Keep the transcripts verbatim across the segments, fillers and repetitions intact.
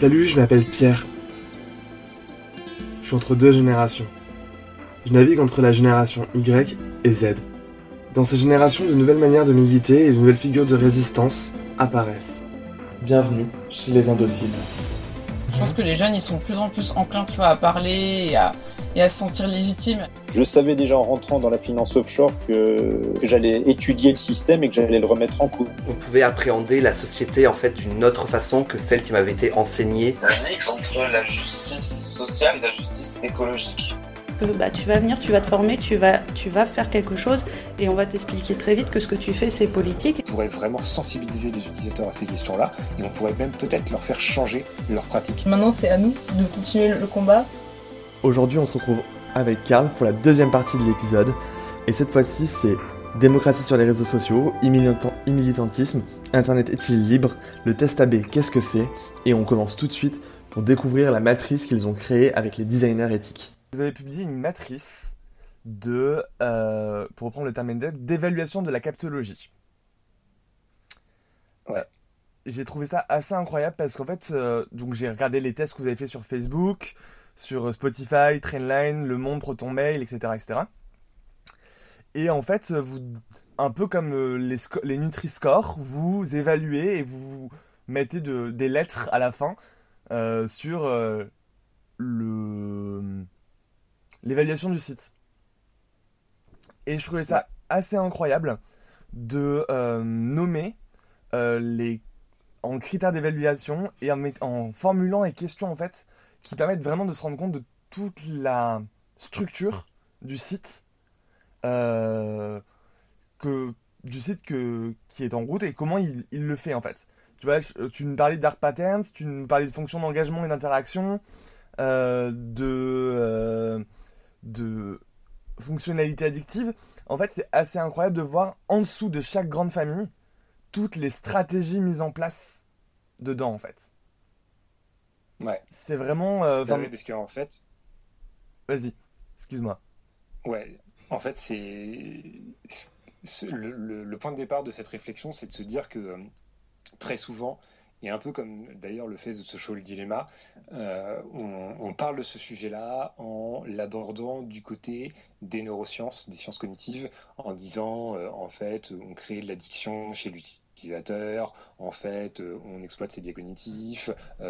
Salut, je m'appelle Pierre. Je suis entre deux générations. Je navigue entre la génération Y et Z. Dans ces générations, de nouvelles manières de militer et de nouvelles figures de résistance apparaissent. Bienvenue chez les Indociles. Je pense que les jeunes, ils sont de plus en plus enclins, tu vois, à parler et à, et à se sentir légitimes. Je savais déjà en rentrant dans la finance offshore que, que j'allais étudier le système et que j'allais le remettre en cause. On pouvait appréhender la société en fait d'une autre façon que celle qui m'avait été enseignée. Un mix entre la justice sociale et la justice écologique. Que, bah, tu vas venir, tu vas te former, tu vas, tu vas faire quelque chose et on va t'expliquer très vite que ce que tu fais c'est politique. On pourrait vraiment sensibiliser les utilisateurs à ces questions-là et on pourrait même peut-être leur faire changer leurs pratiques. Maintenant c'est à nous de continuer le combat. Aujourd'hui on se retrouve avec Karl pour la deuxième partie de l'épisode et cette fois-ci c'est démocratie sur les réseaux sociaux, e-militantisme, internet est-il libre, le test A B qu'est-ce que c'est, et on commence tout de suite pour découvrir la matrice qu'ils ont créée avec les designers éthiques. Vous avez publié une matrice de, euh, pour reprendre le terme Mendel, d'évaluation de la captologie. Ouais. J'ai trouvé ça assez incroyable parce qu'en fait, euh, donc j'ai regardé les tests que vous avez fait sur Facebook, sur Spotify, Trendline, Le Monde, ProtonMail, et cetera, et cetera. Et en fait, vous, un peu comme euh, les, sco- les Nutri-Score, vous évaluez et vous mettez de, des lettres à la fin euh, sur euh, le... l'évaluation du site. Et je trouvais ça assez incroyable de euh, nommer euh, les en critères d'évaluation et en, met, en formulant les questions en fait qui permettent vraiment de se rendre compte de toute la structure du site euh, que du site que, qui est en route et comment il, il le fait en fait. Tu vois, tu me parlais de dark patterns, tu me parlais de fonctions d'engagement et d'interaction, euh, de euh, de fonctionnalité addictive. En fait, c'est assez incroyable de voir en dessous de chaque grande famille toutes les stratégies mises en place dedans, en fait. Ouais. C'est vraiment... Euh, bah oui, parce qu'en fait... Vas-y, excuse-moi. Ouais, en fait, c'est... c'est le, le, le point de départ de cette réflexion, c'est de se dire que euh, très souvent, et un peu comme d'ailleurs le fait de Social Dilemma, euh, on, on parle de ce sujet-là en l'abordant du côté des neurosciences, des sciences cognitives, en disant euh, en fait on crée de l'addiction chez l'utilisateur, en fait euh, on exploite ses biais cognitifs,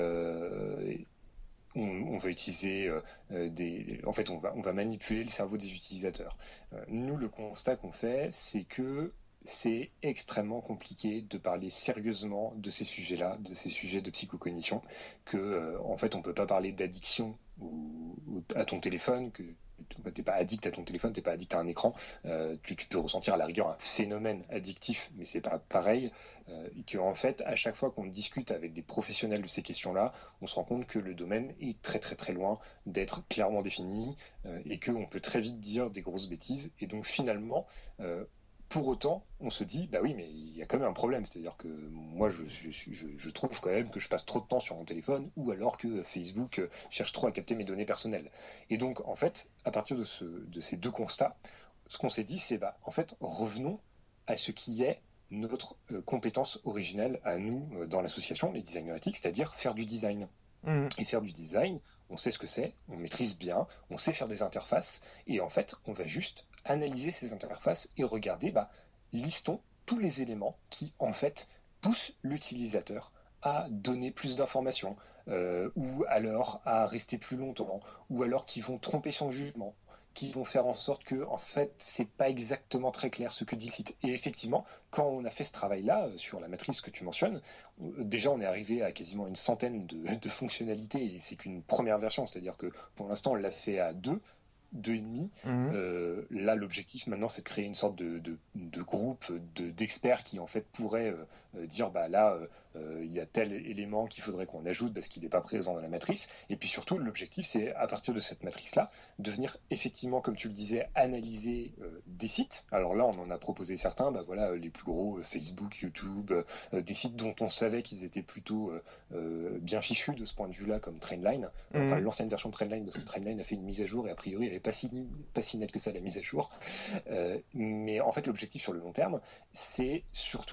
euh, on, on va utiliser euh, des, en fait on va on va manipuler le cerveau des utilisateurs. Euh, nous le constat qu'on fait, c'est que c'est extrêmement compliqué de parler sérieusement de ces sujets-là, de ces sujets de psychocognition, que euh, en fait on peut pas parler d'addiction ou, ou à ton téléphone, que t'es pas addict à ton téléphone, t'es pas addict à un écran, euh, tu, tu peux ressentir à la rigueur un phénomène addictif, mais c'est pas pareil, euh, et que en fait à chaque fois qu'on discute avec des professionnels de ces questions-là, on se rend compte que le domaine est très très très loin d'être clairement défini, euh, et qu'on peut très vite dire des grosses bêtises, et donc finalement euh, pour autant, on se dit, bah oui, mais il y a quand même un problème. C'est-à-dire que moi, je, je, je, je trouve quand même que je passe trop de temps sur mon téléphone ou alors que Facebook cherche trop à capter mes données personnelles. Et donc, en fait, à partir de, ce, de ces deux constats, ce qu'on s'est dit, c'est, bah, en fait, revenons à ce qui est notre euh, compétence originelle à nous euh, dans l'association, les designers éthiques, c'est-à-dire faire du design. Mmh. Et faire du design, on sait ce que c'est, on maîtrise bien, on sait faire des interfaces, et en fait, on va juste analyser ces interfaces et regarder, bah, listons tous les éléments qui, en fait, poussent l'utilisateur à donner plus d'informations, euh, ou alors à rester plus longtemps, ou alors qui vont tromper son jugement, qui vont faire en sorte que, en fait, c'est pas exactement très clair ce que dit le site. Et effectivement, quand on a fait ce travail-là, sur la matrice que tu mentionnes, déjà on est arrivé à quasiment une centaine de, de fonctionnalités, et c'est qu'une première version, c'est-à-dire que pour l'instant on l'a fait à deux, deux et demi. Mmh. Euh, là, l'objectif maintenant, c'est de créer une sorte de, de, de groupe de, d'experts qui en fait pourraient euh, dire, bah là, euh, il y a tel élément qu'il faudrait qu'on ajoute parce qu'il n'est pas présent dans la matrice. Et puis surtout, l'objectif, c'est à partir de cette matrice-là, de venir effectivement, comme tu le disais, analyser euh, des sites. Alors là, on en a proposé certains, bah voilà, les plus gros, euh, Facebook, YouTube, euh, des sites dont on savait qu'ils étaient plutôt euh, bien fichus de ce point de vue-là, comme Trendline. Mmh. Enfin, l'ancienne version de Trendline, parce que Trendline a fait une mise à jour et a priori, elle pas si, pas si nette que ça la mise à jour, euh, mais en fait l'objectif sur le long terme, c'est surtout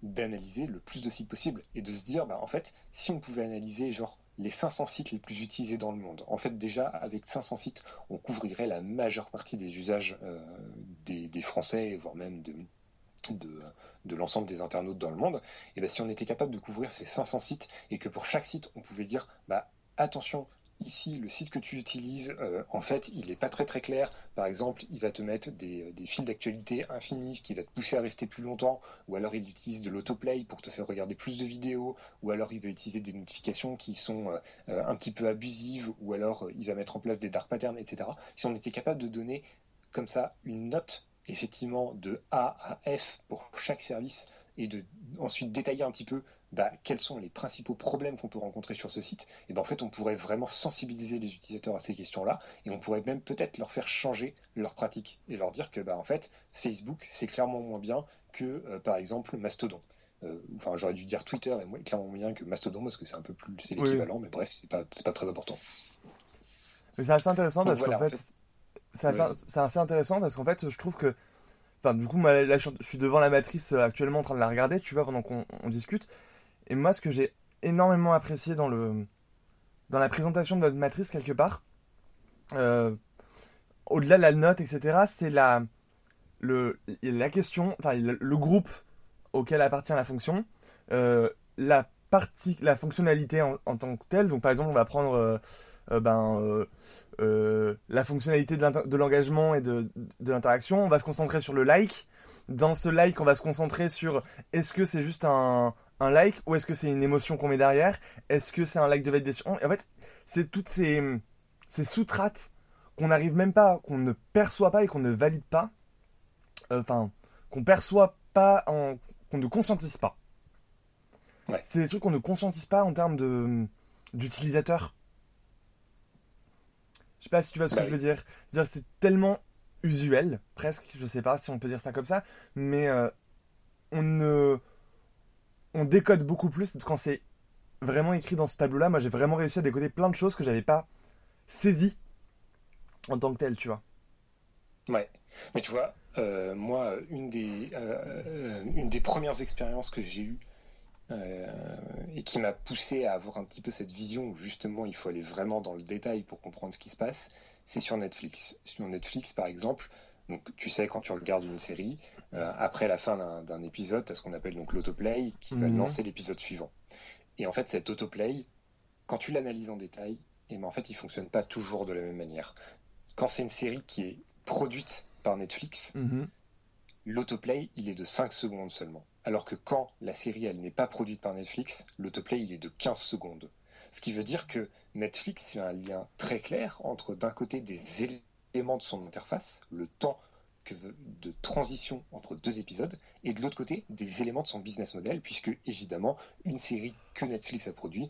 d'analyser le plus de sites possible et de se dire, bah, en fait, si on pouvait analyser genre les cinq cents sites les plus utilisés dans le monde, en fait déjà avec cinq cents sites, on couvrirait la majeure partie des usages euh, des, des Français, voire même de, de, de l'ensemble des internautes dans le monde. Et bah, si on était capable de couvrir ces cinq cents sites et que pour chaque site, on pouvait dire, bah, attention, ici, le site que tu utilises, euh, en fait, il n'est pas très très clair. Par exemple, il va te mettre des, des fils d'actualité infinis, ce qui va te pousser à rester plus longtemps, ou alors il utilise de l'autoplay pour te faire regarder plus de vidéos, ou alors il va utiliser des notifications qui sont euh, un petit peu abusives, ou alors euh, il va mettre en place des dark patterns, et cetera. Si on était capable de donner comme ça une note, effectivement, de A à F pour chaque service, et de ensuite détailler un petit peu bah, quels sont les principaux problèmes qu'on peut rencontrer sur ce site, et ben en fait on pourrait vraiment sensibiliser les utilisateurs à ces questions-là, et on pourrait même peut-être leur faire changer leur pratique et leur dire que bah, en fait Facebook c'est clairement moins bien que euh, par exemple Mastodon. Euh, enfin j'aurais dû dire Twitter est moins, clairement moins bien que Mastodon parce que c'est un peu plus c'est l'équivalent, oui. Mais bref c'est pas c'est pas très important. Mais c'est assez intéressant parce Donc, qu'en voilà, fait, en fait c'est assez, c'est assez intéressant parce qu'en fait je trouve que enfin du coup moi, là je suis devant la matrice actuellement en train de la regarder, tu vois, pendant qu'on on discute. Et moi, ce que j'ai énormément apprécié dans, le, dans la présentation de votre matrice, quelque part, euh, au-delà de la note, et cetera, c'est la, le, la question, enfin, le, le groupe auquel appartient la fonction, euh, la, partie, la fonctionnalité en, en tant que telle. Donc, par exemple, on va prendre euh, euh, ben, euh, euh, la fonctionnalité de, de l'engagement et de, de l'interaction. On va se concentrer sur le like. Dans ce like, on va se concentrer sur est-ce que c'est juste un... un like ou est-ce que c'est une émotion qu'on met derrière? Est-ce que c'est un like de validation? Et en fait, c'est toutes ces, ces sous-trates qu'on n'arrive même pas, qu'on ne perçoit pas et qu'on ne valide pas, enfin, euh, qu'on perçoit pas, en, qu'on ne conscientise pas. Ouais. C'est des trucs qu'on ne conscientise pas en termes de, d'utilisateurs. Je sais pas si tu vois ce bah que oui. je veux dire. C'est-à-dire que c'est tellement usuel, presque, je sais pas si on peut dire ça comme ça, mais euh, on ne... on décode beaucoup plus quand c'est vraiment écrit dans ce tableau-là. Moi, j'ai vraiment réussi à décoder plein de choses que j'avais pas saisies en tant que telles, tu vois. Ouais, mais tu vois, euh, moi, une des, euh, une des premières expériences que j'ai eues euh, et qui m'a poussé à avoir un petit peu cette vision où justement il faut aller vraiment dans le détail pour comprendre ce qui se passe, c'est sur Netflix. Sur Netflix, par exemple, donc, tu sais, quand tu regardes une série, euh, après la fin d'un, d'un épisode, tu as ce qu'on appelle donc l'autoplay qui va mmh. lancer l'épisode suivant. Et en fait, cet autoplay, quand tu l'analyses en détail, et ben, en fait, il ne fonctionne pas toujours de la même manière. Quand c'est une série qui est produite par Netflix, mmh. l'autoplay, il est de cinq secondes seulement. Alors que quand la série, elle n'est pas produite par Netflix, l'autoplay, il est de quinze secondes. Ce qui veut dire que Netflix fait un lien très clair entre, d'un côté, des éléments de son interface, le temps que de transition entre deux épisodes, et de l'autre côté, des éléments de son business model, puisque, évidemment, une série que Netflix a produite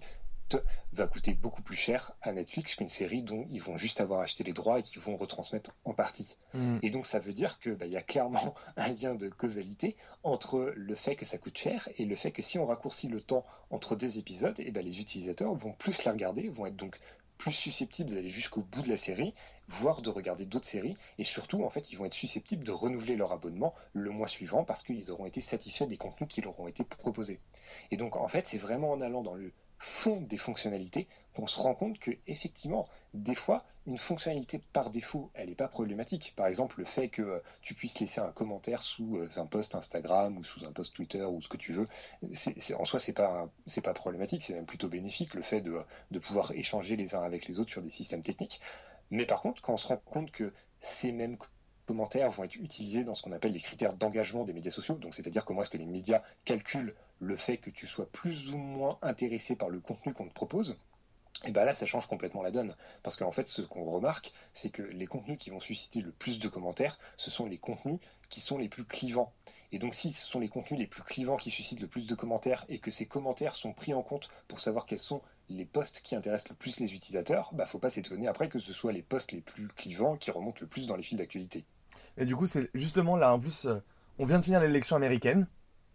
va coûter beaucoup plus cher à Netflix qu'une série dont ils vont juste avoir acheté les droits et qu'ils vont retransmettre en partie. Mmh. Et donc ça veut dire qu'il bah, y a clairement un lien de causalité entre le fait que ça coûte cher et le fait que si on raccourcit le temps entre deux épisodes, et bah, les utilisateurs vont plus la regarder, vont être donc plus susceptibles d'aller jusqu'au bout de la série, voire de regarder d'autres séries, et surtout en fait ils vont être susceptibles de renouveler leur abonnement le mois suivant parce qu'ils auront été satisfaits des contenus qui leur ont été proposés. Et donc en fait c'est vraiment en allant dans le fond des fonctionnalités qu'on se rend compte que effectivement des fois une fonctionnalité par défaut elle n'est pas problématique. Par exemple le fait que euh, tu puisses laisser un commentaire sous euh, un post Instagram ou sous un post Twitter ou ce que tu veux, c'est, c'est, en soi c'est pas, c'est pas problématique, c'est même plutôt bénéfique le fait de, de pouvoir échanger les uns avec les autres sur des systèmes techniques. Mais par contre quand on se rend compte que ces mêmes commentaires vont être utilisés dans ce qu'on appelle les critères d'engagement des médias sociaux, donc c'est-à-dire comment est-ce que les médias calculent le fait que tu sois plus ou moins intéressé par le contenu qu'on te propose, et bien là ça change complètement la donne, parce qu'en fait ce qu'on remarque c'est que les contenus qui vont susciter le plus de commentaires, ce sont les contenus qui sont les plus clivants. Et donc si ce sont les contenus les plus clivants qui suscitent le plus de commentaires et que ces commentaires sont pris en compte pour savoir quels sont les posts qui intéressent le plus les utilisateurs, bah faut pas s'étonner après que ce soit les posts les plus clivants qui remontent le plus dans les fils d'actualité. Et du coup, c'est justement là, en plus, euh, on vient de finir l'élection américaine.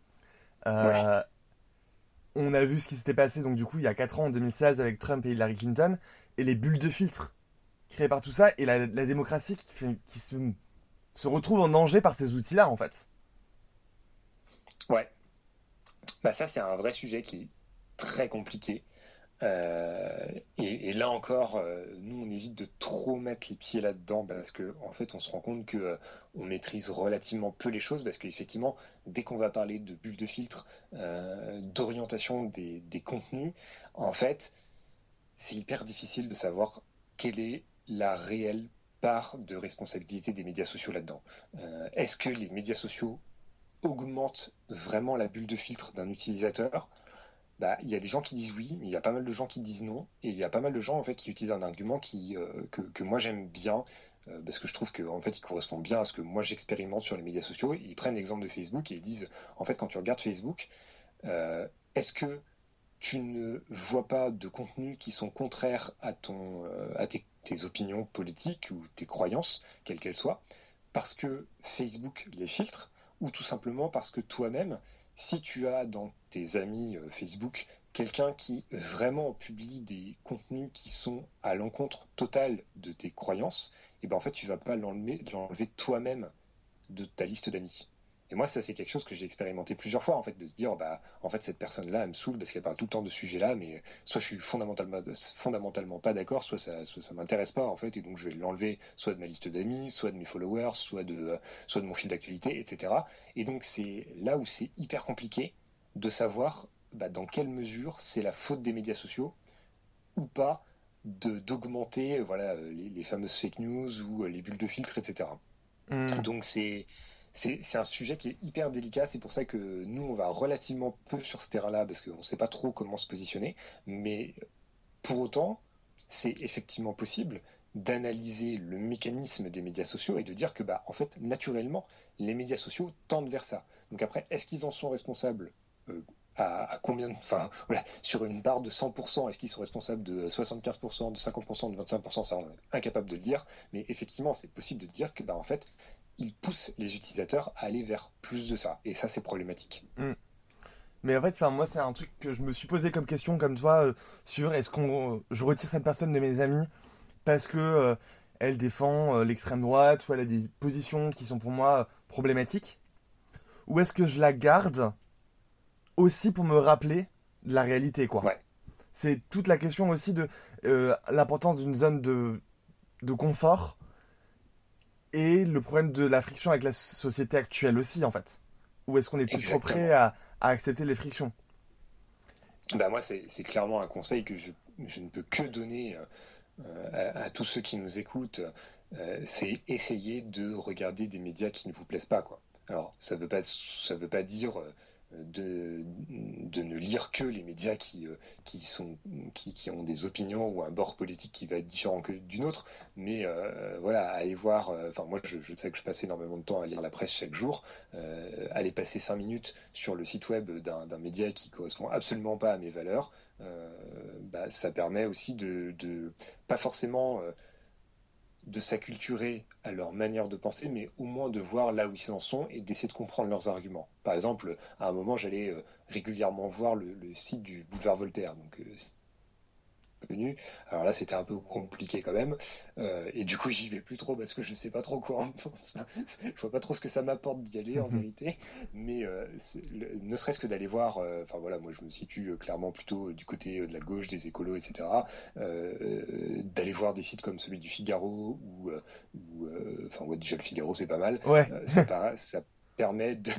Euh, ouais. On a vu ce qui s'était passé, donc du coup, il y a quatre ans, en deux mille seize, avec Trump et Hillary Clinton, et les bulles de filtre créées par tout ça, et la, la démocratie qui, fait, qui se, se retrouve en danger par ces outils-là, en fait. Ouais. Bah ça, c'est un vrai sujet qui est très compliqué. Euh, et, et là encore, euh, nous, on évite de trop mettre les pieds là-dedans parce que, en fait, on se rend compte que euh, on maîtrise relativement peu les choses parce qu'effectivement, dès qu'on va parler de bulles de filtre, euh, d'orientation des, des contenus, en fait, c'est hyper difficile de savoir quelle est la réelle part de responsabilité des médias sociaux là-dedans. Euh, est-ce que les médias sociaux augmentent vraiment la bulle de filtre d'un utilisateur? Bah, il y a des gens qui disent oui, mais il y a pas mal de gens qui disent non, et il y a pas mal de gens en fait qui utilisent un argument qui, euh, que, que moi j'aime bien, euh, parce que je trouve qu'en fait il correspond bien à ce que moi j'expérimente sur les médias sociaux. Ils prennent l'exemple de Facebook et ils disent, en fait quand tu regardes Facebook, euh, est-ce que tu ne vois pas de contenus qui sont contraires à, ton, euh, à tes, tes opinions politiques ou tes croyances, quelles qu'elles soient, parce que Facebook les filtre, ou tout simplement parce que toi-même, si tu as dans tes amis euh, Facebook quelqu'un qui vraiment publie des contenus qui sont à l'encontre totale de tes croyances, et ben en fait tu vas pas l'enlever, l'enlever toi-même de ta liste d'amis. Et moi ça c'est quelque chose que j'ai expérimenté plusieurs fois en fait, de se dire bah en fait cette personne-là elle me saoule parce qu'elle parle tout le temps de ce sujet-là, mais soit je suis fondamentalement fondamentalement pas d'accord, soit ça soit ça m'intéresse pas en fait, et donc je vais l'enlever soit de ma liste d'amis, soit de mes followers, soit de soit de mon fil d'actualité, et cetera. Et donc c'est là où c'est hyper compliqué de savoir bah, dans quelle mesure c'est la faute des médias sociaux ou pas de d'augmenter voilà les, les fameuses fake news ou les bulles de filtre, et cetera. Mmh. Donc c'est C'est, c'est un sujet qui est hyper délicat, c'est pour ça que nous on va relativement peu sur ce terrain-là parce qu'on ne sait pas trop comment se positionner, mais pour autant c'est effectivement possible d'analyser le mécanisme des médias sociaux et de dire que bah, en fait naturellement les médias sociaux tendent vers ça. Donc après, est-ce qu'ils en sont responsables euh, à, à combien de, enfin voilà, sur une barre de cent pour cent, est-ce qu'ils sont responsables de soixante-quinze pour cent, de cinquante pour cent, de vingt-cinq pour cent, ça on est incapable de le dire, mais effectivement c'est possible de dire que bah, en fait il pousse les utilisateurs à aller vers plus de ça. Et ça, c'est problématique. Mmh. Mais en fait, moi, c'est un truc que je me suis posé comme question, comme toi, euh, sur est-ce qu'on, euh, je retire cette personne de mes amis parce que euh, elle défend euh, l'extrême droite ou elle a des positions qui sont pour moi euh, problématiques, ou est-ce que je la garde aussi pour me rappeler de la réalité, quoi. Ouais. C'est toute la question aussi de euh, l'importance d'une zone de, de confort. Et le problème de la friction avec la société actuelle aussi, en fait. Ou est-ce qu'on est plus Exactement. trop prêt à, à accepter les frictions? Bah moi, c'est, c'est clairement un conseil que je, je ne peux que donner euh, à, à tous ceux qui nous écoutent. Euh, c'est essayer de regarder des médias qui ne vous plaisent pas, quoi. Alors, ça ne veut pas, ça veut pas dire... Euh, De, de ne lire que les médias qui, euh, qui, sont, qui, qui ont des opinions ou un bord politique qui va être différent que d'une autre, mais euh, voilà, aller voir, enfin euh, moi je, je sais que je passe énormément de temps à lire la presse chaque jour, euh, aller passer cinq minutes sur le site web d'un, d'un média qui correspond absolument pas à mes valeurs, euh, bah, ça permet aussi de, de pas forcément... Euh, de s'acculturer à leur manière de penser, mais au moins de voir là où ils en sont et d'essayer de comprendre leurs arguments. Par exemple, à un moment, j'allais euh, régulièrement voir le, le site du boulevard Voltaire, donc euh, connu. Alors là, c'était un peu compliqué quand même, euh, et du coup, j'y vais plus trop parce que je sais pas trop quoi en pense. Je vois pas trop ce que ça m'apporte d'y aller en vérité, mais euh, le, ne serait-ce que d'aller voir, enfin euh, voilà, moi je me situe clairement plutôt du côté de la gauche, des écolos, et cetera. Euh, d'aller voir des sites comme celui du Figaro ou, ou enfin ouais, déjà le Figaro c'est pas mal. Ouais. Euh, ça, para, ça permet de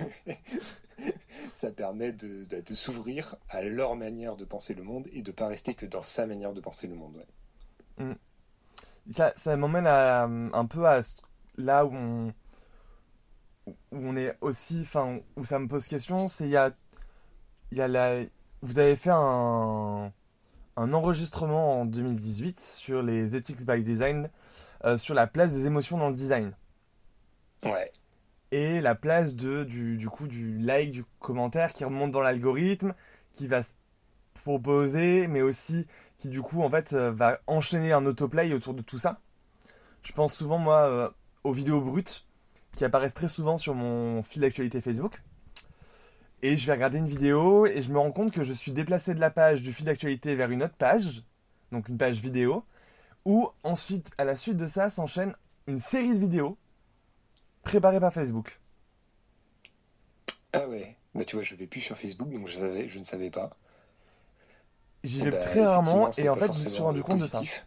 ça permet de, de, de s'ouvrir à leur manière de penser le monde et de pas rester que dans sa manière de penser le monde. Ouais. Mmh. Ça, ça m'emmène à, un peu à là où on, où on est aussi, enfin où ça me pose question, c'est il y a, il y a la, vous avez fait un, un enregistrement en deux mille dix-huit sur les Ethics by Design, euh, sur la place des émotions dans le design. Ouais. Et la place de, du, du coup du like, du commentaire qui remonte dans l'algorithme, qui va se proposer, mais aussi qui du coup en fait euh, va enchaîner un autoplay autour de tout ça. Je pense souvent moi euh, aux vidéos brutes qui apparaissent très souvent sur mon fil d'actualité Facebook. Et je vais regarder une vidéo et je me rends compte que je suis déplacé de la page du fil d'actualité vers une autre page, donc une page vidéo, où ensuite, à la suite de ça, s'enchaîne une série de vidéos préparé par Facebook. Ah ouais. Bah tu vois, je vais plus sur Facebook, donc je, savais, je ne savais pas. J'y Et vais bah, très rarement effectivement, c'est et en pas fait je me suis forcément rendu compte de ça. positif.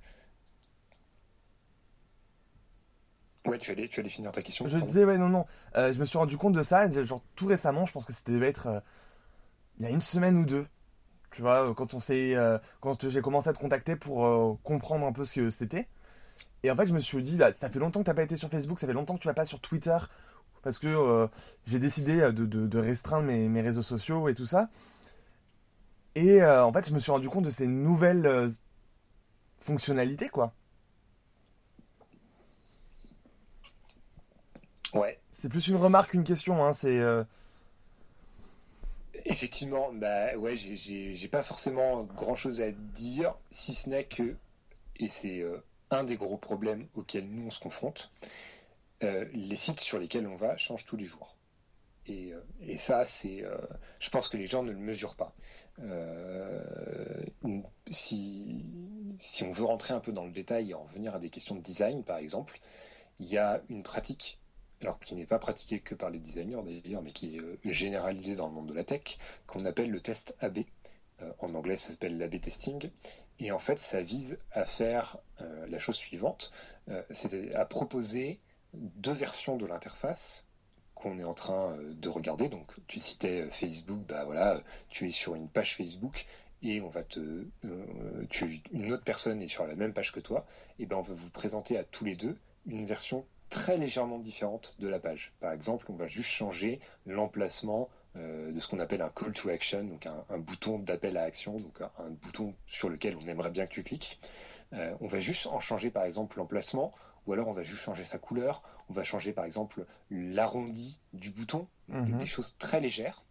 Ouais, tu allais, tu allais finir ta question, Je pardon. disais ouais non non, euh, je me suis rendu compte de ça genre tout récemment, je pense que c'était devait être euh, il y a une semaine ou deux. Tu vois, euh, quand on s'est euh, quand j'ai commencé à te contacter pour euh, comprendre un peu ce que c'était. Et en fait, je me suis dit bah, ça fait longtemps que t'as pas été sur Facebook, ça fait longtemps que tu vas pas sur Twitter parce que euh, j'ai décidé de, de, de restreindre mes, mes réseaux sociaux et tout ça. Et euh, en fait, je me suis rendu compte de ces nouvelles euh, fonctionnalités, quoi. Ouais, C'est plus une remarque qu'une question, hein. C'est euh, effectivement, bah ouais, j'ai- j'ai j'ai pas forcément grand-chose à dire, si ce n'est que, et c'est euh, un des gros problèmes auxquels nous on se confronte, euh, les sites sur lesquels on va changent tous les jours. Et, euh, et ça, c'est, euh, je pense que les gens ne le mesurent pas. Euh, si, si on veut rentrer un peu dans le détail et en revenir à des questions de design, par exemple, il y a une pratique, alors qui n'est pas pratiquée que par les designers d'ailleurs, mais qui est euh, généralisée dans le monde de la tech, qu'on appelle le test A B. Euh, en anglais, ça s'appelle l'A B testing. Et en fait, ça vise à faire euh, la chose suivante, euh, c'est à proposer deux versions de l'interface qu'on est en train euh, de regarder. Donc, tu citais euh, Facebook, bah voilà, euh, tu es sur une page Facebook et on va te, euh, tu, une autre personne est sur la même page que toi, et ben on va vous présenter à tous les deux une version très légèrement différente de la page. Par exemple, on va juste changer l'emplacement euh, de ce qu'on appelle un call to action, donc un, un bouton d'appel à action, donc un, un bouton sur lequel on aimerait bien que tu cliques. Euh, on va juste en changer par exemple l'emplacement, ou alors on va juste changer sa couleur, on va changer par exemple l'arrondi du bouton, donc Mhm. des choses très légères,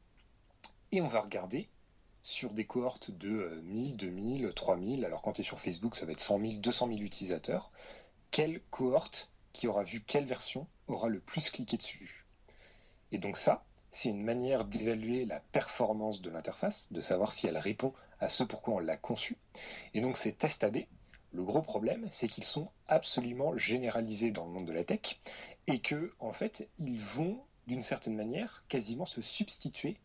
et on va regarder sur des cohortes de euh, mille, deux mille, trois mille, alors quand tu es sur Facebook ça va être cent mille, deux cent mille utilisateurs, quelle cohorte qui aura vu quelle version aura le plus cliqué dessus. Et donc ça, c'est une manière d'évaluer la performance de l'interface, de savoir si elle répond à ce pourquoi on l'a conçue. Et donc ces tests A B, le gros problème, c'est qu'ils sont absolument généralisés dans le monde de la tech et que, en fait, ils vont, d'une certaine manière, quasiment se substituer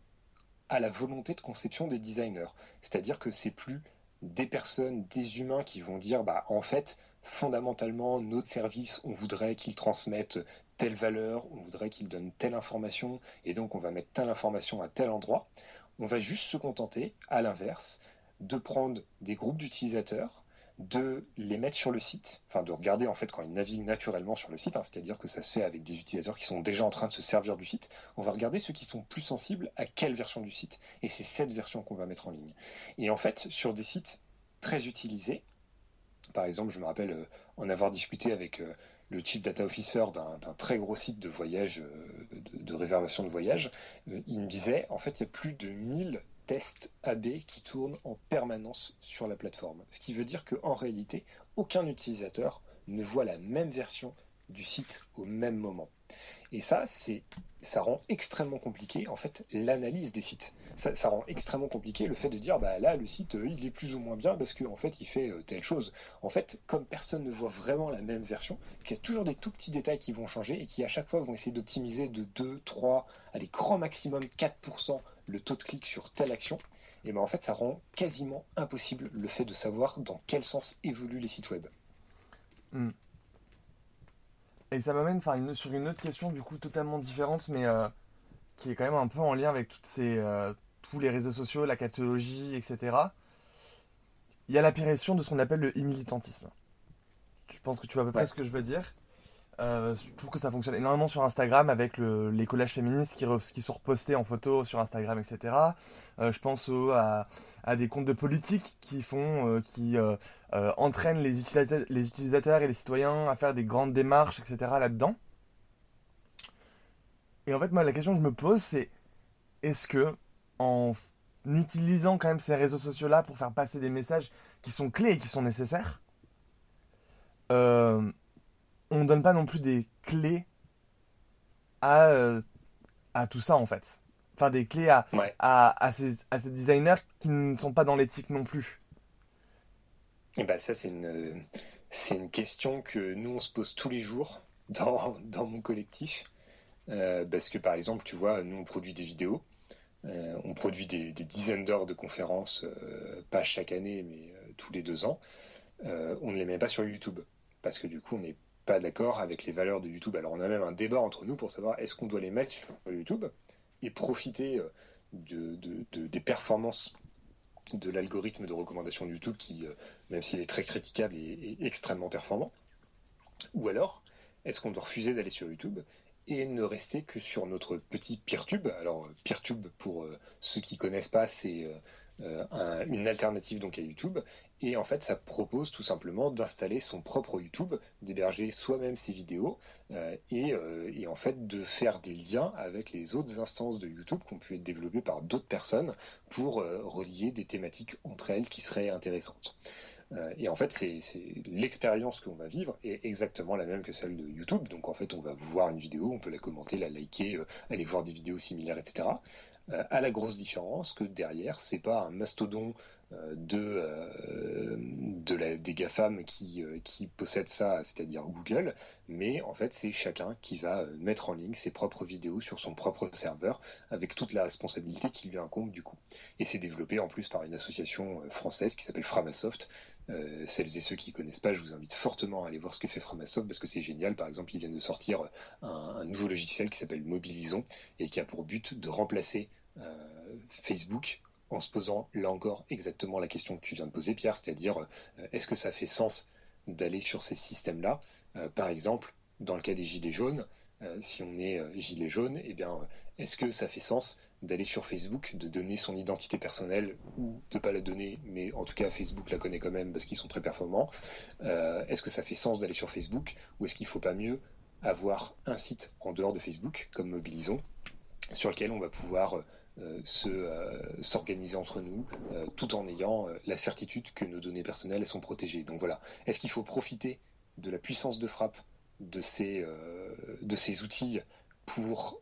à la volonté de conception des designers. C'est-à-dire que c'est plus des personnes, des humains qui vont dire, bah, en fait, fondamentalement, notre service, on voudrait qu'il transmette telle valeur, on voudrait qu'il donne telle information, et donc on va mettre telle information à tel endroit. On va juste se contenter, à l'inverse, de prendre des groupes d'utilisateurs, de les mettre sur le site, enfin de regarder en fait quand ils naviguent naturellement sur le site, hein, c'est-à-dire que ça se fait avec des utilisateurs qui sont déjà en train de se servir du site. On va regarder ceux qui sont plus sensibles à quelle version du site, et c'est cette version qu'on va mettre en ligne. Et en fait, sur des sites très utilisés, par exemple, je me rappelle euh, en avoir discuté avec euh, le Chief Data Officer d'un, d'un très gros site de voyage, euh, de, de réservation de voyage, euh, il me disait, en fait, il y a plus de mille tests A B qui tournent en permanence sur la plateforme. Ce qui veut dire qu'en réalité, aucun utilisateur ne voit la même version du site au même moment. Et ça, c'est, ça rend extrêmement compliqué en fait l'analyse des sites. Ça, ça rend extrêmement compliqué le fait de dire bah là le site euh, il est plus ou moins bien parce qu'en fait il fait euh, telle chose. En fait, comme personne ne voit vraiment la même version, il y a toujours des tout petits détails qui vont changer et qui à chaque fois vont essayer d'optimiser de deux, trois, à des grands maximum quatre pour cent le taux de clic sur telle action. Et ben en fait ça rend quasiment impossible le fait de savoir dans quel sens évoluent les sites web. Mm. Et ça m'amène enfin, une, sur une autre question du coup totalement différente, mais euh, qui est quand même un peu en lien avec toutes ces, euh, tous les réseaux sociaux, la captologie, et cetera. Il y a l'apparition de ce qu'on appelle le e-militantisme. Je pense que tu vois à peu près Ouais. ce que je veux dire. Euh, je trouve que ça fonctionne énormément sur Instagram avec le, les collages féministes qui, re, qui sont repostés en photo sur Instagram, et cetera. Euh, je pense au, à, à des comptes de politique qui font, euh, qui euh, euh, entraînent les utilisateurs, les utilisateurs et les citoyens à faire des grandes démarches, et cetera là-dedans. Et en fait, moi, la question que je me pose, c'est est-ce que en utilisant quand même ces réseaux sociaux-là pour faire passer des messages qui sont clés et qui sont nécessaires, euh, on ne donne pas non plus des clés à, euh, à tout ça en fait. Enfin des clés à, Ouais. à, à, ces, à ces designers qui ne sont pas dans l'éthique non plus. Et ben ça c'est une, c'est une question que nous on se pose tous les jours dans, dans mon collectif. Euh, parce que par exemple tu vois nous on produit des vidéos. Euh, on produit des, des dizaines d'heures de conférences, euh, pas chaque année, mais euh, tous les deux ans. Euh, on ne les met pas sur YouTube, parce que du coup, on n'est pas d'accord avec les valeurs de YouTube. Alors, on a même un débat entre nous pour savoir est-ce qu'on doit les mettre sur YouTube et profiter euh, de, de, de, des performances de l'algorithme de recommandation de YouTube qui, euh, même s'il est très critiquable, est, est extrêmement performant. Ou alors, est-ce qu'on doit refuser d'aller sur YouTube et ne rester que sur notre petit PeerTube? Alors, PeerTube, pour euh, ceux qui ne connaissent pas, c'est euh, un, une alternative donc à YouTube. Et en fait, ça propose tout simplement d'installer son propre YouTube, d'héberger soi-même ses vidéos euh, et, euh, et en fait de faire des liens avec les autres instances de YouTube qui ont pu être développées par d'autres personnes pour euh, relier des thématiques entre elles qui seraient intéressantes. Euh, et en fait, c'est, c'est l'expérience qu'on va vivre est exactement la même que celle de YouTube. Donc en fait, on va voir une vidéo, on peut la commenter, la liker, euh, aller voir des vidéos similaires, et cetera. Euh, à la grosse différence que derrière, c'est pas un mastodon euh, de, euh, de la, des GAFAM qui, euh, qui possèdent ça, c'est-à-dire Google, mais en fait, c'est chacun qui va euh, mettre en ligne ses propres vidéos sur son propre serveur avec toute la responsabilité qui lui incombe du coup. Et c'est développé en plus par une association euh, française qui s'appelle Framasoft. Euh, celles et ceux qui ne connaissent pas, je vous invite fortement à aller voir ce que fait Framasoft parce que c'est génial. Par exemple, ils viennent de sortir un, un nouveau logiciel qui s'appelle Mobilisons et qui a pour but de remplacer euh, Facebook en se posant là encore exactement la question que tu viens de poser, Pierre, c'est-à-dire euh, est-ce que ça fait sens d'aller sur ces systèmes-là? euh, Par exemple, dans le cas des gilets jaunes, euh, si on est euh, gilet jaune, eh bien, euh, est-ce que ça fait sens d'aller sur Facebook, de donner son identité personnelle ou de ne pas la donner, mais en tout cas Facebook la connaît quand même parce qu'ils sont très performants. Euh, est-ce que ça fait sens d'aller sur Facebook ou est-ce qu'il ne faut pas mieux avoir un site en dehors de Facebook, comme Mobilisons, sur lequel on va pouvoir euh, se, euh, s'organiser entre nous, euh, tout en ayant euh, la certitude que nos données personnelles elles sont protégées. Donc voilà, est-ce qu'il faut profiter de la puissance de frappe de ces, euh, de ces outils pour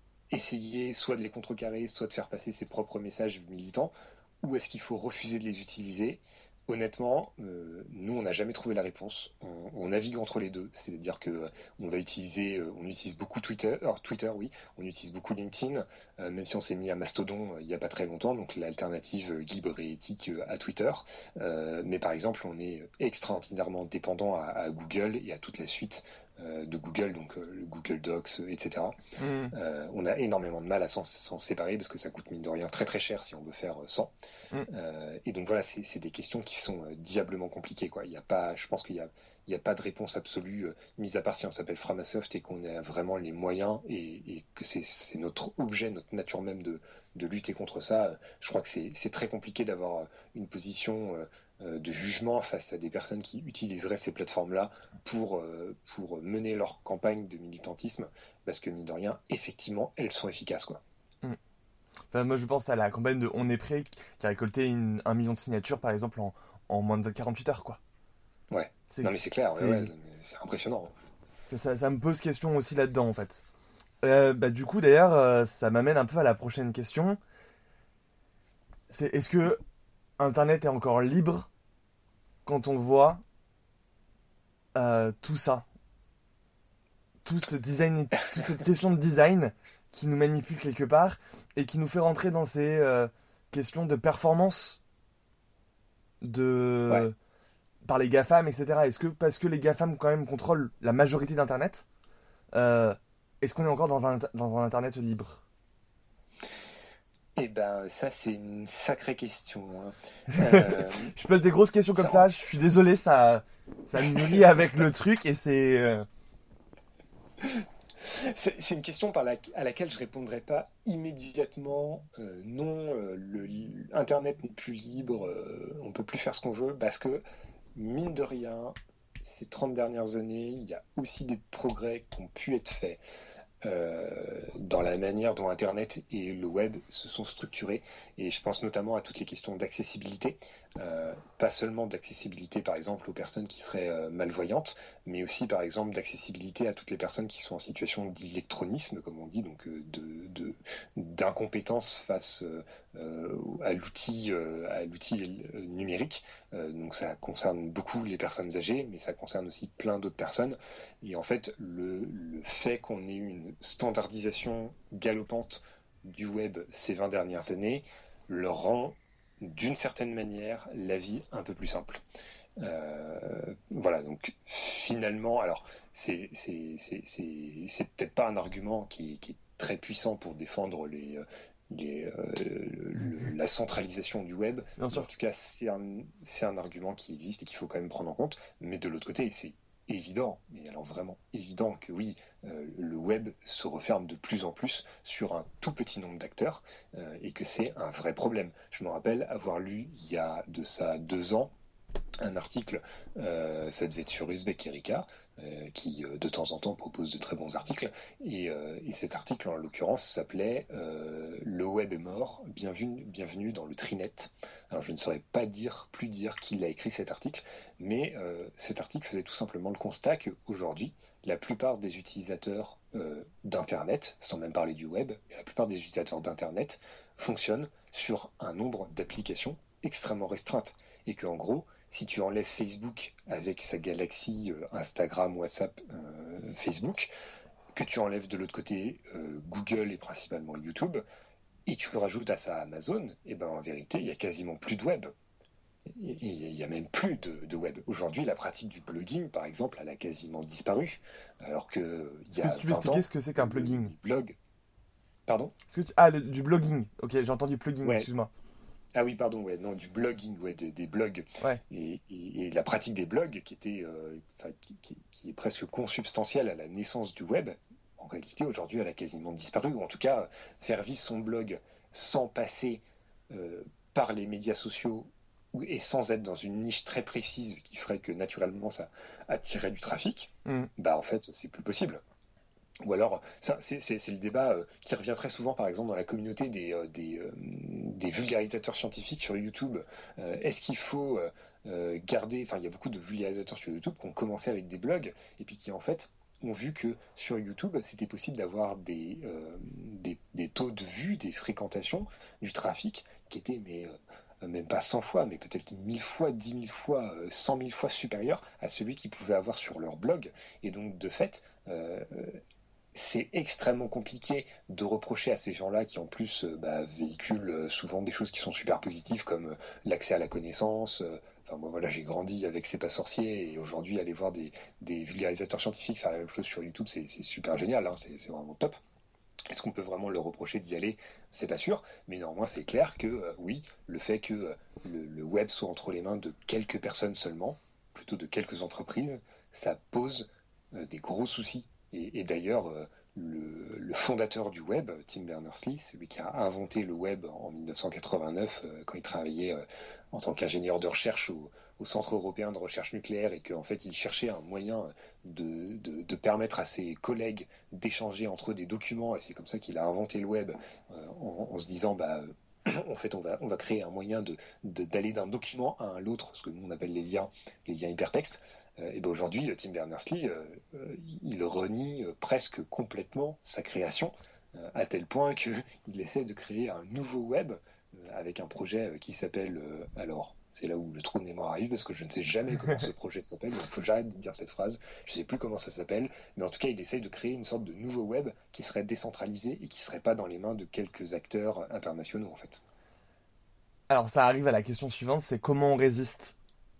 essayer soit de les contrecarrer, soit de faire passer ses propres messages militants, ou est-ce qu'il faut refuser de les utiliser? Honnêtement, euh, nous, on n'a jamais trouvé la réponse. On, on navigue entre les deux. C'est-à-dire que euh, on va utiliser, euh, on utilise beaucoup Twitter, alors Twitter, oui, on utilise beaucoup LinkedIn, euh, même si on s'est mis à Mastodon euh, il n'y a pas très longtemps, donc l'alternative euh, libre et éthique euh, à Twitter. Euh, mais par exemple, on est extraordinairement dépendant à, à Google et à toute la suite euh, de Google, donc euh, le Google Docs, et cetera. Mmh. Euh, on a énormément de mal à s'en, s'en séparer parce que ça coûte mine de rien très très cher si on veut faire sans. Mmh. Euh, et donc voilà, c'est, c'est des questions qui sont euh, diablement compliquées, quoi. Il y a pas, je pense qu'il y a, il y a pas de réponse absolue, euh, mis à part si on s'appelle Framasoft et qu'on a vraiment les moyens et, et que c'est, c'est notre objet, notre nature même de, de lutter contre ça. Je crois que c'est, c'est très compliqué d'avoir une position euh, de jugement face à des personnes qui utiliseraient ces plateformes-là pour, euh, pour mener leur campagne de militantisme, parce que, mine de rien, effectivement, elles sont efficaces, quoi. Mmh. Enfin, moi, je pense à la campagne de On est prêt, qui a récolté une, un million de signatures, par exemple, en, en moins de quarante-huit heures, quoi. Ouais, c'est, non mais c'est clair, c'est, ouais, ouais, c'est impressionnant. C'est, ça, ça me pose question aussi là-dedans, en fait. Euh, bah, du coup, d'ailleurs, euh, ça m'amène un peu à la prochaine question. C'est, est-ce que Internet est encore libre quand on voit euh, tout ça, tout ce design, toute cette question de design qui nous manipule quelque part et qui nous fait rentrer dans ces euh, questions de performance de ouais. par les GAFAM, et cetera. Est-ce que parce que les GAFAM quand même contrôlent la majorité d'Internet, euh, est-ce qu'on est encore dans un dans un Internet libre? Eh ben, ça, c'est une sacrée question. Hein. Euh... je pose des grosses questions comme ça, ça je suis désolé, ça, ça me nourrit avec le truc et c'est... Euh... c'est... C'est une question par la... à laquelle je ne répondrai pas immédiatement. Euh, non, euh, le... Internet n'est plus libre, euh, on ne peut plus faire ce qu'on veut, parce que, mine de rien, ces trente dernières années, il y a aussi des progrès qui ont pu être faits. Euh, dans la manière dont Internet et le web se sont structurés, et je pense notamment à toutes les questions d'accessibilité, euh, pas seulement d'accessibilité par exemple aux personnes qui seraient euh, malvoyantes, mais aussi par exemple d'accessibilité à toutes les personnes qui sont en situation d'électronisme, comme on dit, donc euh, de, de, d'incompétence face euh, à l'outil, euh, à l'outil numérique. Euh, donc ça concerne beaucoup les personnes âgées, mais ça concerne aussi plein d'autres personnes. Et en fait, le, le fait qu'on ait une standardisation galopante du web ces vingt dernières années leur rend d'une certaine manière la vie un peu plus simple. Euh, voilà, donc finalement, alors c'est, c'est, c'est, c'est, c'est peut-être pas un argument qui, qui est très puissant pour défendre les, les, euh, le, la centralisation du web. Bien sûr. En tout cas, c'est un, c'est un argument qui existe et qu'il faut quand même prendre en compte. Mais de l'autre côté, c'est évident, mais alors vraiment évident que oui, euh, le web se referme de plus en plus sur un tout petit nombre d'acteurs euh, et que c'est un vrai problème. Je me rappelle avoir lu il y a de ça deux ans un article, euh, ça devait être sur Uzbek Erika, euh, qui euh, de temps en temps propose de très bons articles, et, euh, et cet article en l'occurrence s'appelait euh, Le web est mort, bienvenue, bienvenue dans le Trinet. Alors je ne saurais pas dire, plus dire qui l'a écrit cet article, mais euh, cet article faisait tout simplement le constat qu'aujourd'hui, la plupart des utilisateurs euh, d'Internet, sans même parler du web, la plupart des utilisateurs d'Internet fonctionnent sur un nombre d'applications extrêmement restreintes, et qu'en gros, si tu enlèves Facebook avec sa galaxie euh, Instagram, WhatsApp, euh, Facebook, que tu enlèves de l'autre côté euh, Google et principalement YouTube, et tu rajoutes à ça Amazon, et ben en vérité, il y a quasiment plus de web. Il n'y a même plus de, de web. Aujourd'hui, la pratique du blogging, par exemple, elle a quasiment disparu. Alors que il y a Est-ce que tu peux expliquer ce que c'est qu'un plugin ? Blog. Pardon ? Est-ce que tu... Ah, le, du blogging. Ok, j'ai entendu plugin, ouais. excuse-moi. Ah oui, pardon, ouais, non, du blogging, ouais, des, des blogs. Ouais. Et, et, et la pratique des blogs, qui, était, euh, qui, qui, qui est presque consubstantielle à la naissance du web, en réalité, aujourd'hui, elle a quasiment disparu. Ou en tout cas, faire vivre son blog sans passer euh, par les médias sociaux et sans être dans une niche très précise qui ferait que naturellement ça attirait du trafic, mmh. bah en fait, c'est plus possible. Ou alors, ça, c'est, c'est, c'est le débat euh, qui revient très souvent, par exemple, dans la communauté des, euh, des, euh, des vulgarisateurs scientifiques sur YouTube. Euh, est-ce qu'il faut euh, garder... Enfin, il y a beaucoup de vulgarisateurs sur YouTube qui ont commencé avec des blogs, et puis qui, en fait, ont vu que sur YouTube, c'était possible d'avoir des, euh, des, des taux de vue, des fréquentations, du trafic, qui étaient, mais... Euh, même pas cent fois, mais peut-être mille fois, dix mille fois, cent mille fois supérieur à celui qu'ils pouvaient avoir sur leur blog. Et donc, de fait... Euh, c'est extrêmement compliqué de reprocher à ces gens-là qui en plus euh, bah, véhiculent euh, souvent des choses qui sont super positives comme euh, l'accès à la connaissance. Euh, enfin moi voilà, j'ai grandi avec C'est pas sorcier et aujourd'hui aller voir des, des vulgarisateurs scientifiques faire la même chose sur YouTube, c'est, c'est super génial, hein, c'est, c'est vraiment top. Est-ce qu'on peut vraiment leur reprocher d'y aller ? C'est pas sûr, mais néanmoins c'est clair que euh, oui, le fait que euh, le, le web soit entre les mains de quelques personnes seulement, plutôt de quelques entreprises, ça pose euh, des gros soucis. Et, et d'ailleurs, euh, le, le fondateur du web, Tim Berners-Lee, celui qui a inventé le web en dix-neuf cent quatre-vingt-neuf, euh, quand il travaillait euh, en tant qu'ingénieur de recherche au, au Centre européen de recherche nucléaire, et qu'en fait il cherchait un moyen de, de, de permettre à ses collègues d'échanger entre eux des documents, et c'est comme ça qu'il a inventé le web, euh, en, en se disant bah en fait, on va, on va créer un moyen de, de, d'aller d'un document à un autre, ce que nous on appelle les liens, les liens hypertextes. Euh, et ben aujourd'hui, Tim Berners-Lee, euh, euh, il renie euh, presque complètement sa création, euh, à tel point qu'il essaie de créer un nouveau web euh, avec un projet euh, qui s'appelle, euh, alors, c'est là où le trou de mémoire arrive, parce que je ne sais jamais comment ce projet s'appelle, donc il faut que j'arrête de dire cette phrase, je ne sais plus comment ça s'appelle, mais en tout cas, il essaye de créer une sorte de nouveau web qui serait décentralisé et qui ne serait pas dans les mains de quelques acteurs internationaux, en fait. Alors, ça arrive à la question suivante, c'est comment on résiste ?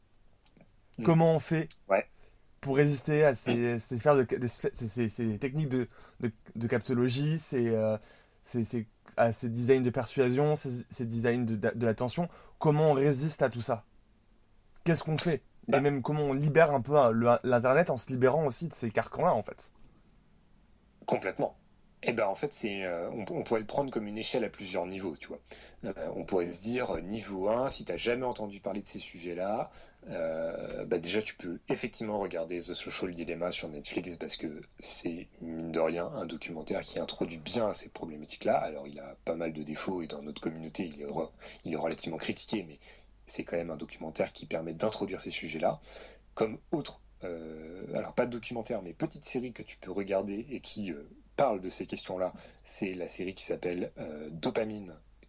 Mmh. Comment on fait ouais. pour résister à ces, mmh. ces, sphères de, de, ces, ces, ces techniques de, de, de captologie, ces... Euh, ces, ces à ces designs de persuasion, ces, ces designs de, de, de l'attention, comment on résiste à tout ça ? Qu'est-ce qu'on fait ? bah. Et même comment on libère un peu le, l'internet en se libérant aussi de ces carcans-là, en fait. Complètement. Et ben en fait, c'est, euh, on, on pourrait le prendre comme une échelle à plusieurs niveaux, tu vois. Euh, on pourrait se dire, niveau un, si tu n'as jamais entendu parler de ces sujets-là, euh, bah déjà tu peux effectivement regarder The Social Dilemma sur Netflix parce que c'est, mine de rien, un documentaire qui introduit bien ces problématiques-là. Alors il a pas mal de défauts et dans notre communauté, il est, re, il est relativement critiqué, mais c'est quand même un documentaire qui permet d'introduire ces sujets-là. Comme autre, euh, alors pas de documentaire, mais petite série que tu peux regarder et qui... Euh, parle de ces questions-là, c'est la série qui s'appelle euh, Dopamine,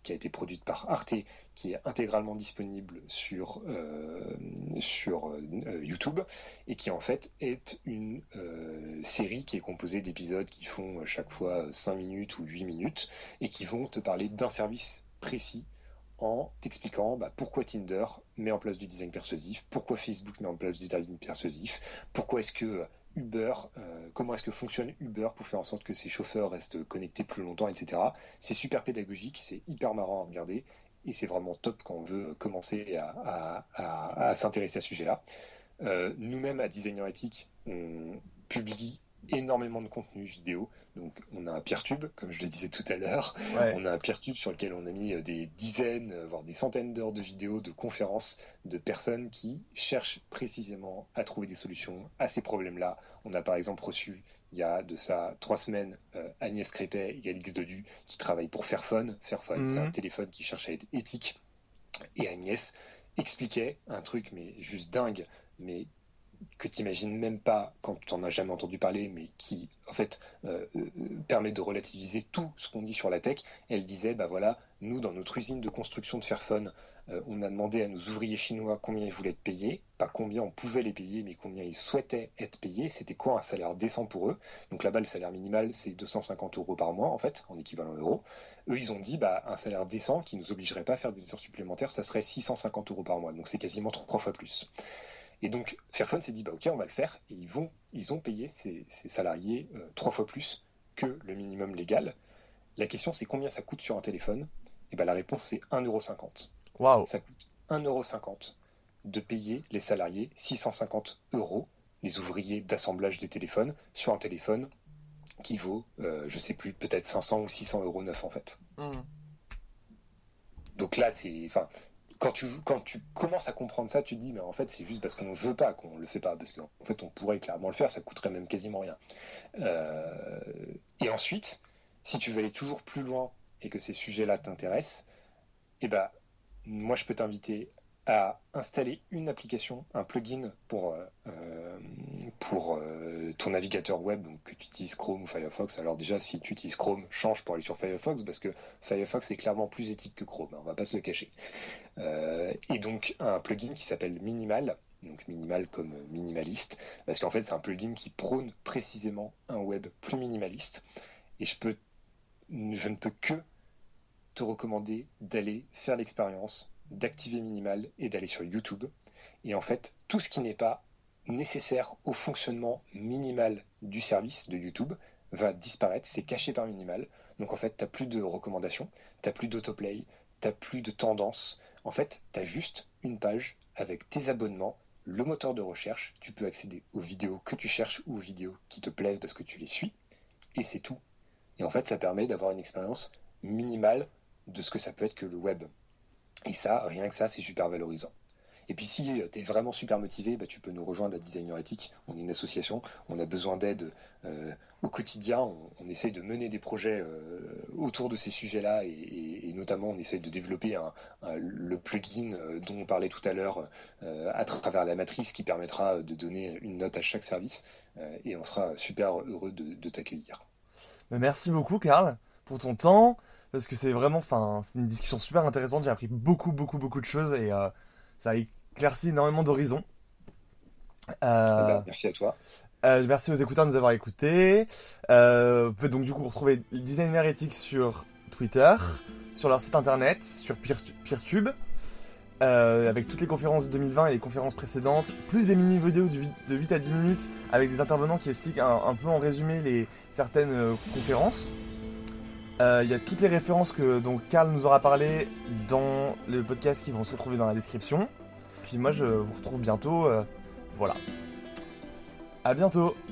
qui a été produite par Arte, qui est intégralement disponible sur, euh, sur euh, YouTube, et qui en fait est une euh, série qui est composée d'épisodes qui font chaque fois cinq minutes ou huit minutes, et qui vont te parler d'un service précis, en t'expliquant bah, pourquoi Tinder met en place du design persuasif, pourquoi Facebook met en place du design persuasif, pourquoi est-ce que Uber, euh, comment est-ce que fonctionne Uber pour faire en sorte que ses chauffeurs restent connectés plus longtemps, et cetera. C'est super pédagogique, c'est hyper marrant à regarder, et c'est vraiment top quand on veut commencer à, à, à, à s'intéresser à ce sujet-là. Euh, nous-mêmes, à Designer Ethic, on publie énormément de contenu vidéo. Donc on a un Peertube, comme je le disais tout à l'heure. Ouais. On a un Peertube sur lequel on a mis des dizaines, voire des centaines d'heures de vidéos, de conférences de personnes qui cherchent précisément à trouver des solutions à ces problèmes-là. On a par exemple reçu, il y a de ça trois semaines, euh, Agnès Crépet et Alix Dodu qui travaillent pour Fairphone. Fairphone, mmh. c'est un téléphone qui cherche à être éthique. Et Agnès expliquait un truc, mais juste dingue, mais que tu n'imagines même pas quand tu n'en as jamais entendu parler, mais qui, en fait, euh, permet de relativiser tout ce qu'on dit sur la tech. Elle disait, bah voilà, nous, dans notre usine de construction de Fairphone, euh, on a demandé à nos ouvriers chinois combien ils voulaient être payés, pas combien on pouvait les payer, mais combien ils souhaitaient être payés. C'était quoi un salaire décent pour eux? Donc là-bas, le salaire minimal, c'est deux cent cinquante euros par mois, en fait, en équivalent euro. Eux, ils ont dit, bah, un salaire décent qui ne nous obligerait pas à faire des heures supplémentaires, ça serait six cent cinquante euros par mois. Donc c'est quasiment trois fois plus. Et donc, Fairphone s'est dit, bah, ok, on va le faire. Et ils, vont, ils ont payé ces, ces salariés euh, trois fois plus que le minimum légal. La question, c'est combien ça coûte sur un téléphone? Et bah, la réponse, c'est un euro cinquante. Waouh. Ça coûte un euro cinquante de payer les salariés six cent cinquante euros, les ouvriers d'assemblage des téléphones, sur un téléphone qui vaut, euh, je sais plus, peut-être cinq cents ou six cents euros neuf, en fait. Mmh. Donc là, c'est... Enfin, Quand tu, quand tu commences à comprendre ça, tu te dis, mais en fait, c'est juste parce qu'on ne veut pas qu'on ne le fait pas. Parce qu'en fait, on pourrait clairement le faire, ça coûterait même quasiment rien. Euh, et ensuite, si tu veux aller toujours plus loin et que ces sujets-là t'intéressent, eh ben, moi, je peux t'inviter à installer une application, un plugin pour, euh, pour euh, ton navigateur web, donc que tu utilises Chrome ou Firefox. Alors déjà, si tu utilises Chrome, change pour aller sur Firefox, parce que Firefox est clairement plus éthique que Chrome, hein, on va pas se le cacher. Euh, et donc, un plugin qui s'appelle Minimal, donc minimal comme minimaliste, parce qu'en fait, c'est un plugin qui prône précisément un web plus minimaliste. Et je, peux, je ne peux que te recommander d'aller faire l'expérience, d'activer Minimal et d'aller sur YouTube. Et en fait, tout ce qui n'est pas nécessaire au fonctionnement minimal du service de YouTube va disparaître, c'est caché par Minimal. Donc en fait, tu n'as plus de recommandations, tu n'as plus d'autoplay, tu n'as plus de tendance. En fait, tu as juste une page avec tes abonnements, le moteur de recherche, tu peux accéder aux vidéos que tu cherches ou aux vidéos qui te plaisent parce que tu les suis, et c'est tout. Et en fait, ça permet d'avoir une expérience minimale de ce que ça peut être que le web. Et ça, rien que ça, c'est super valorisant. Et puis si tu es vraiment super motivé, bah, tu peux nous rejoindre à Designer Ethic. On est une association, on a besoin d'aide euh, au quotidien. On, on essaye de mener des projets euh, autour de ces sujets-là et, et, et notamment on essaye de développer un, un, le plugin euh, dont on parlait tout à l'heure euh, à travers la matrice qui permettra de donner une note à chaque service euh, et on sera super heureux de, de t'accueillir. Merci beaucoup Karl pour ton temps. Parce que c'est vraiment, enfin, c'est une discussion super intéressante. J'ai appris beaucoup, beaucoup, beaucoup de choses et euh, ça a éclairci énormément d'horizons. Euh, ben, merci à toi. Euh, merci aux écouteurs de nous avoir écoutés. Euh, vous pouvez donc du coup retrouver Designer Ethic sur Twitter, sur leur site internet, sur Peertube, euh, avec toutes les conférences de deux mille vingt et les conférences précédentes, plus des mini-vidéos de huit à dix minutes avec des intervenants qui expliquent un, un peu en résumé les certaines euh, conférences. Il euh, y a toutes les références que donc Karl nous aura parlé dans le podcast qui vont se retrouver dans la description. Puis moi je vous retrouve bientôt. Euh, voilà. À bientôt.